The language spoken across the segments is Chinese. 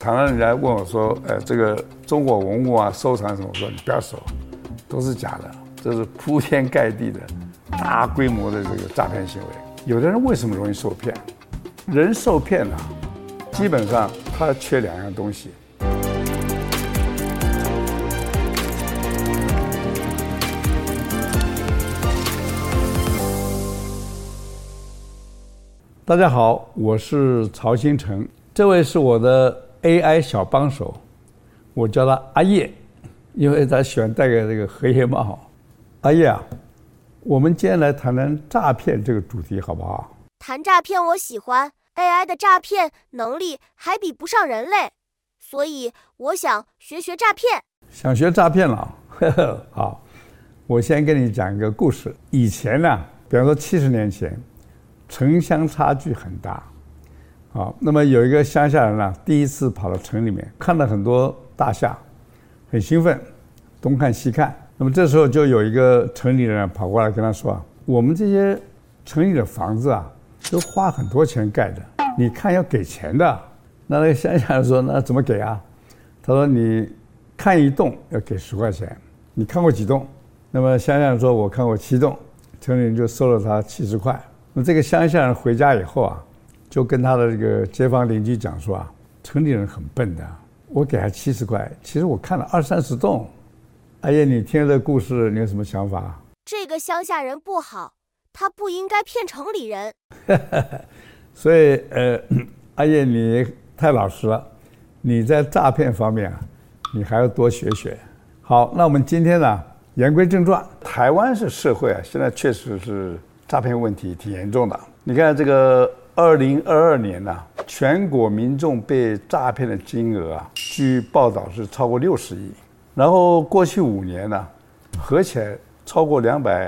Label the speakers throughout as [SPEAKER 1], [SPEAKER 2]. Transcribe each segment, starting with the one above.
[SPEAKER 1] 常常人家问我说，这个中国文物啊，收藏什么？我说你不要收，都是假的，这是铺天盖地的大规模的这个诈骗行为。有的人为什么容易受骗？人受骗啊，基本上他缺两样东西。大家好，我是曹新成，这位是我的 AI 小帮手，我叫他阿叶，因为他喜欢戴个这个荷叶帽。阿叶啊，我们今天来谈谈诈骗这个主题好不好？
[SPEAKER 2] 谈诈骗我喜欢， AI 的诈骗能力还比不上人类，所以我想学诈骗。
[SPEAKER 1] 想学诈骗了？好，我先跟你讲一个故事。以前呢，比方说70年前，城乡差距很大，那么有一个乡下人呢，第一次跑到城里面，看到很多大厦，很兴奋，东看西看。那么这时候就有一个城里人跑过来跟他说，我们这些城里的房子啊，都花很多钱盖的，你看要给钱的。那个乡下人说，那怎么给啊？他说你看一栋要给10块钱，你看过几栋？那么乡下人说，我看过7栋，城里人就收了他70块。那这个乡下人回家以后啊，就跟他的这个街坊邻居讲说啊，城里人很笨的，我给他70块，其实我看了20-30栋。阿叶，你听了这个故事，你有什么想法？
[SPEAKER 2] 这个乡下人不好，他不应该骗城里人。
[SPEAKER 1] 所以阿叶你太老实了，你在诈骗方面啊，你还要多学学。好，那我们今天呢，言归正传。台湾是社会啊，现在确实是诈骗问题挺严重的。你看这个2022年呢，全国民众被诈骗的金额啊，据报道是超过60亿。然后过去5年呢，合起来超过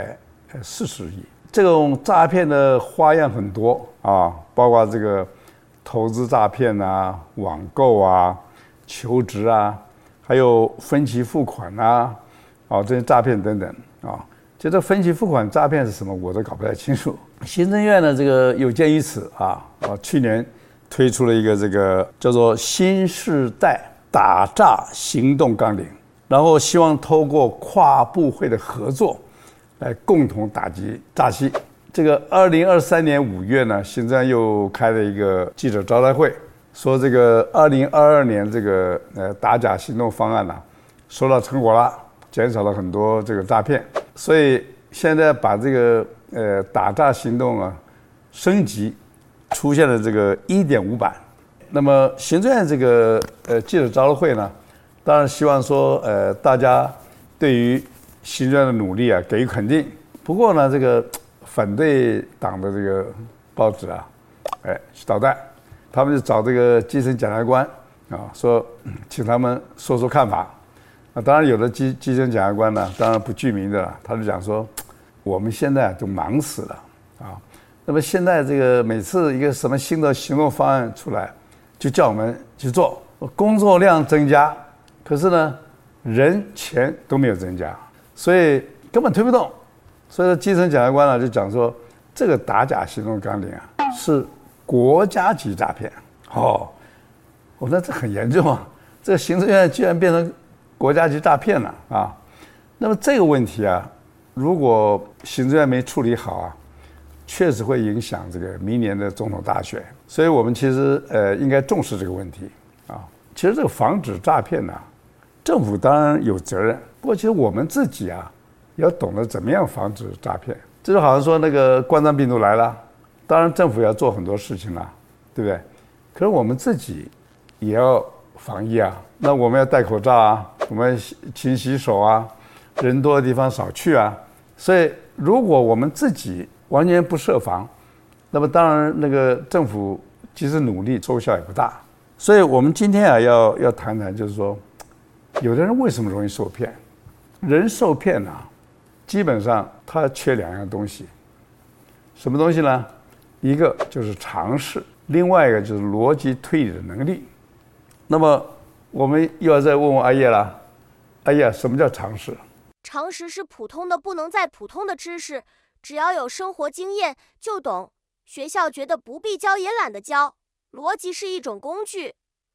[SPEAKER 1] 240亿。这种诈骗的花样很多啊，包括这个投资诈骗啊、网购啊、求职啊，还有分期付款啊，这些诈骗等等啊。就这分期付款诈骗是什么，我都搞不太清楚。行政院呢，这个有鉴于此去年推出了一个这个叫做新世代打诈行动纲领，然后希望透过跨部会的合作，来共同打击诈欺。这个2023年5月呢，行政院又开了一个记者招待会，说这个2022年这个打假行动方案呢，收到成果了，减少了很多这个诈骗。所以现在把这个打诈行动啊升级，出现了这个1.5版。那么行政院这个记者招待会呢，当然希望说大家对于行政院的努力啊给予肯定。不过呢，这个反对党的这个报纸啊，去捣蛋，他们就找这个基层检察官说请他们说说看法。当然有的基层检察官呢，当然不具名的了，他就讲说，我们现在都忙死了那么现在这个每次一个什么新的行动方案出来，就叫我们去做，工作量增加，可是呢，人钱都没有增加，所以根本推不动。所以说基层检察官呢就讲说，这个打假行动纲领啊是国家级诈骗。那这很严重啊！这个行政院居然变成国家级诈骗了那么这个问题啊，如果行政院没处理好啊，确实会影响这个明年的总统大选。所以我们其实应该重视这个问题其实这个防止诈骗呢，政府当然有责任，不过其实我们自己啊，要懂得怎么样防止诈骗。这就好像说那个冠状病毒来了，当然政府要做很多事情了，对不对？可是我们自己也要防疫啊，那我们要戴口罩啊，我们勤洗手啊，人多的地方少去啊。所以如果我们自己完全不设防，那么当然那个政府即使努力，收效也不大。所以我们今天啊要谈谈，就是说，有的人为什么容易受骗？人受骗啊，基本上他缺2样东西。什么东西呢？一个就是常识，另外一个就是逻辑推理的能力。那么我们又要再问问阿叶了，阿叶，什么叫常识？
[SPEAKER 2] 常识是普通的不能再普通的知识，只要有生活经验就懂，学校觉得不必教也懒得教。逻辑是一种工具，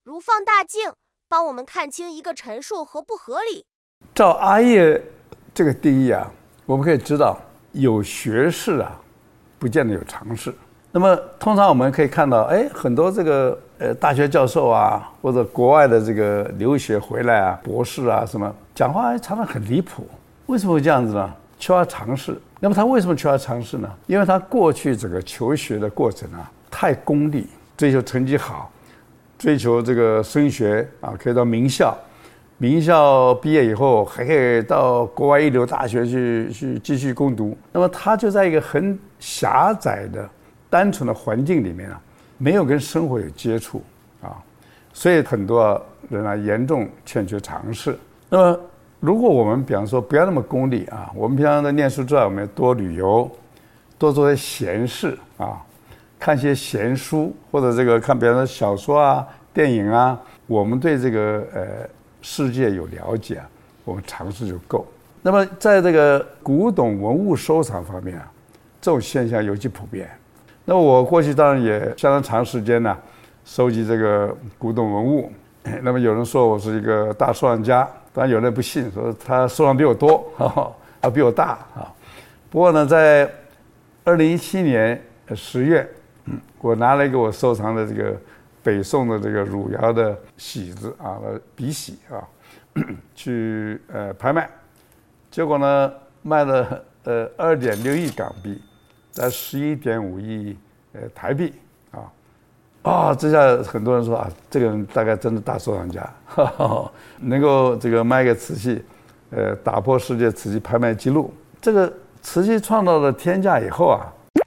[SPEAKER 2] 如放大镜，帮我们看清一个陈述合不合理。
[SPEAKER 1] 照阿叶这个定义啊，我们可以知道，有学识啊，不见得有常识。那么通常我们可以看到，很多这个大学教授啊，或者国外的这个留学回来啊，博士啊什么，讲话常常很离谱。为什么会这样子呢？缺乏常识。那么他为什么缺乏常识呢？因为他过去整个求学的过程啊，太功利，追求成绩好，追求这个升学啊，可以到名校，名校毕业以后还可以到国外一流大学去继续攻读。那么他就在一个很狭窄的单纯的环境里面啊，没有跟生活有接触啊，所以很多人啊严重欠缺常识。那么如果我们比方说不要那么功利啊，我们平常在念书之外，我们要多旅游，多做些闲事啊，看些闲书，或者这个看别人的小说啊、电影啊，我们对这个世界有了解啊，我们常识就够。那么在这个古董文物收藏方面啊，这种现象尤其普遍。那么我过去当然也相当长时间呢，收集这个古董文物。那么有人说我是一个大收藏家，当然有人不信，说他收藏比我多，比我大啊。不过呢，在2017年10月，我拿了一个我收藏的这个北宋的这个汝窑的璽子啊，笔璽啊，去拍卖，结果呢卖了2.6亿港币。在11.5亿台币这下很多人说啊，这个人大概真的大收藏家，能够这个卖个瓷器，打破世界瓷器拍卖记录。这个瓷器创造了天价以后啊，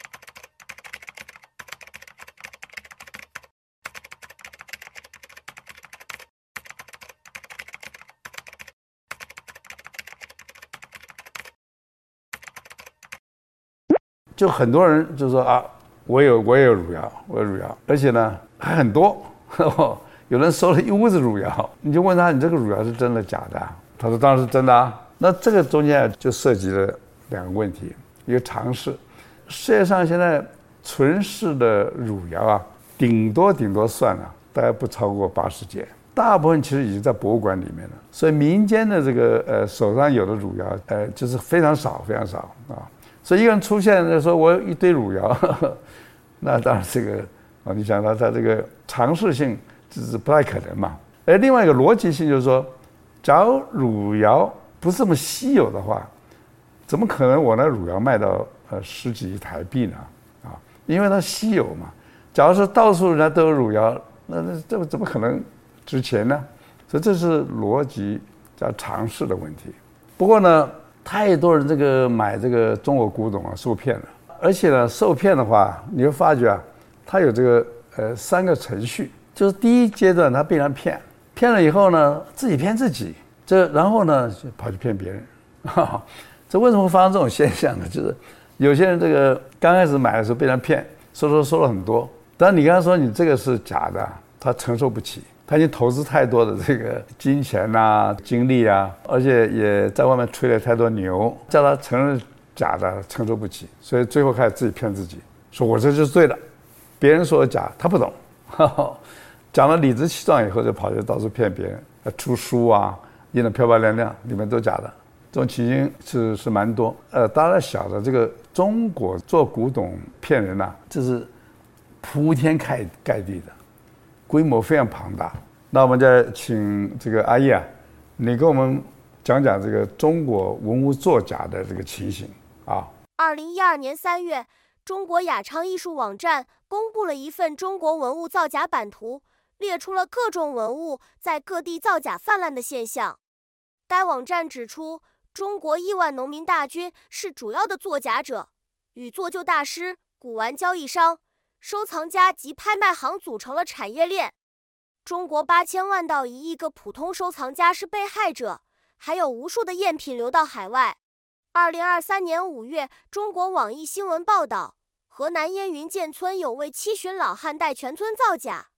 [SPEAKER 1] 就很多人就说啊，我有汝窑，而且呢还很多，有人收了一屋子汝窑，你就问他，你这个汝窑是真的假的？他说当然是真的啊。那这个中间就涉及了2个问题，一个常识，世界上现在存世的汝窑啊，顶多算了，大概不超过80件，大部分其实已经在博物馆里面了。所以民间的这个手上有的汝窑，就是非常少啊。所以一个人出现说我有一堆汝窑，那当然这个你想他这个常识性这是不太可能嘛。而另外一个逻辑性就是说，假如汝窑不是这么稀有的话，怎么可能我那汝窑卖到10几亿台币呢？因为它稀有嘛。假如说到处人家都有汝窑，那这怎么可能值钱呢？所以这是逻辑加常识的问题。不过呢，太多人这个买这个中国古董啊，受骗了。而且呢，受骗的话，你会发觉啊，它有这个3个程序。就是第一阶段，他被人骗了以后呢，自己骗自己，然后呢就跑去骗别人。这为什么会发生这种现象呢？就是有些人这个刚开始买的时候被人骗，收了很多，但你跟他说你这个是假的，他承受不起。他已经投资太多的这个金钱啊、精力啊，而且也在外面吹了太多牛，叫他承认假的，承受不起，所以最后开始自己骗自己，说我这就是对的，别人说的假，他不懂，讲了理直气壮以后，就跑去到处骗别人，出书啊，印得漂漂亮亮，里面都假的，这种情形是蛮多。大家晓得这个中国做古董骗人啊，这是铺天盖地的。规模非常庞大。那我们再请这个阿叶啊，你跟我们讲讲这个中国文物作假的这个情形啊。
[SPEAKER 2] 2012年3月，中国雅昌艺术网站公布了一份中国文物造假版图，列出了各种文物在各地造假泛滥的现象。该网站指出，中国亿万农民大军是主要的作假者，与做旧大师、古玩交易商、收藏家及拍卖行组成了产业链。中国8000万到1亿个普通收藏家是被害者，还有无数的赝品流到海外。2023年5月，中国网易新闻报道，河南烟云建村有位七旬老汉带全村造假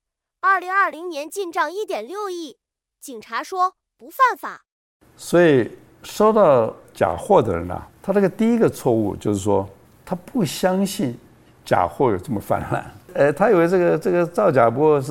[SPEAKER 2] ，2020年进账1.6亿，警察说不犯法。
[SPEAKER 1] 所以收到假货的人啊，他这个第一个错误就是说，他不相信假货有这么泛滥。他以为这个造假不过是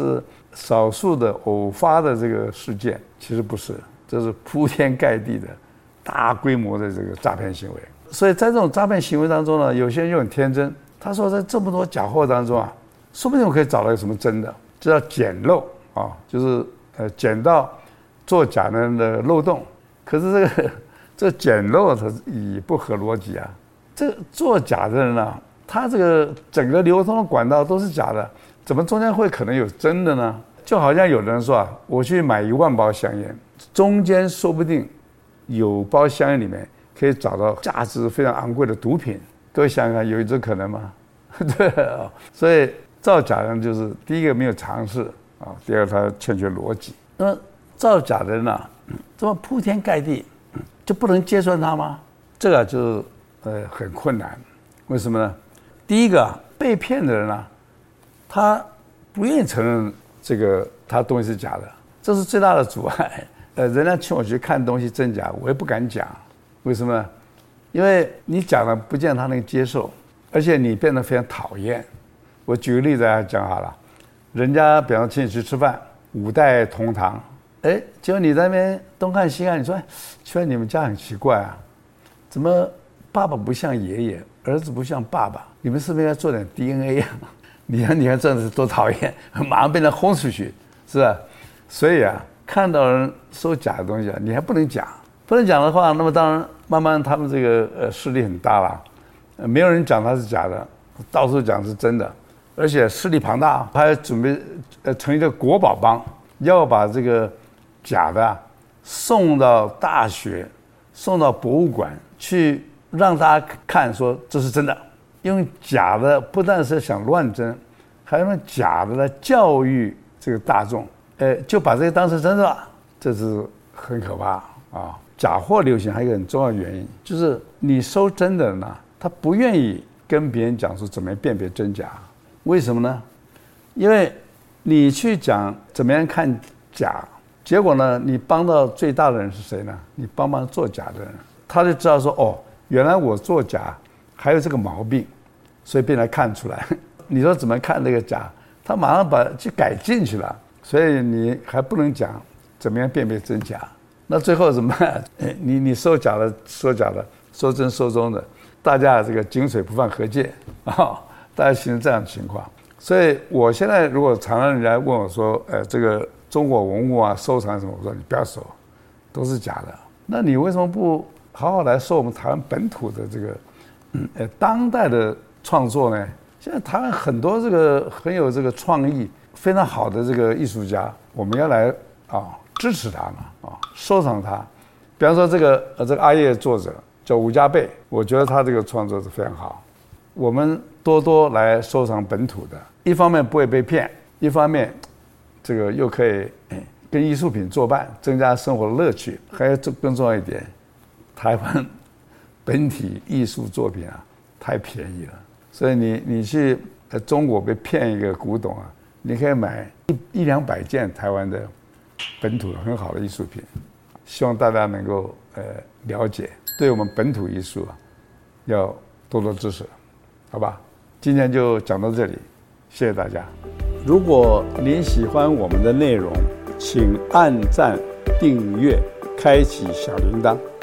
[SPEAKER 1] 少数的偶发的这个事件，其实不是，这是铺天盖地的大规模的这个诈骗行为。所以在这种诈骗行为当中呢，有些人就很天真，他说在这么多假货当中啊，说不定我可以找到什么真的，这叫捡漏啊，就是捡到做假的人的漏洞。可是这捡漏它也不合逻辑啊，这做假的人呢，他这个整个流通的管道都是假的，怎么中间会可能有真的呢？就好像有人说啊，我去买1万包香烟，中间说不定有包香烟里面可以找到价值非常昂贵的毒品。各位想想看，有这可能吗？对啊，所以造假人就是第一个没有常识啊，第二他欠缺逻辑。那么造假的人呢，这么铺天盖地，就不能揭穿他吗？这个就是很困难。为什么呢？第一个被骗的人啊，他不愿意承认这个他东西是假的，这是最大的阻碍。人家请我去看东西真假，我也不敢讲。为什么呢？因为你讲了不见他能接受，而且你变得非常讨厌。我举个例子来讲好了，人家比方说请你去吃饭，5代同堂，结果你在那边东看西看，你说觉得你们家很奇怪啊，怎么爸爸不像爷爷，儿子不像爸爸？你们是不是应该做点 DNA 啊？你看这样子多讨厌，马上被人轰出去，是吧？所以啊，看到人收假的东西啊，你还不能讲，不能讲的话，那么当然慢慢他们这个势力很大了，没有人讲它是假的，到处讲是真的，而且势力庞大，还准备成立一个国宝帮，要把这个假的送到大学，送到博物馆去，让大家看说这是真的。用假的不但是想乱真，还用假的来教育这个大众，就把这个当成真的了，这是很可怕啊！假货流行还有一个很重要的原因，就是你收真的人呢，他不愿意跟别人讲说怎么样辨别真假。为什么呢？因为你去讲怎么样看假，结果呢，你帮到最大的人是谁呢？你帮做假的人，他就知道说，哦，原来我做假还有这个毛病，所以被他看出来。你说怎么看这个假，他马上去改进去了，所以你还不能讲怎么样辨别真假。那最后怎么办？你收假的收假的，收真收中的，大家这个井水不犯河界啊，大家形成这样的情况。所以我现在如果常常人家问我说，这个中国文物啊收藏什么，我说你不要收，都是假的。那你为什么不好好来收我们台湾本土的这个当代的创作呢？现在台湾很多这个很有这个创意、非常好的这个艺术家，我们要来支持他们收藏他。比方说这个阿叶作者叫吴家贝，我觉得他这个创作是非常好。我们多来收藏本土的，一方面不会被骗，一方面这个又可以跟艺术品作伴，增加生活的乐趣。还有更重要一点，台湾本体艺术作品啊太便宜了，所以你去中国被骗一个古董啊，你可以买100-200件台湾的本土很好的艺术品。希望大家能够了解，对我们本土艺术要多支持，好吧？今天就讲到这里，谢谢大家。如果您喜欢我们的内容，请按赞、订阅、开启小铃铛。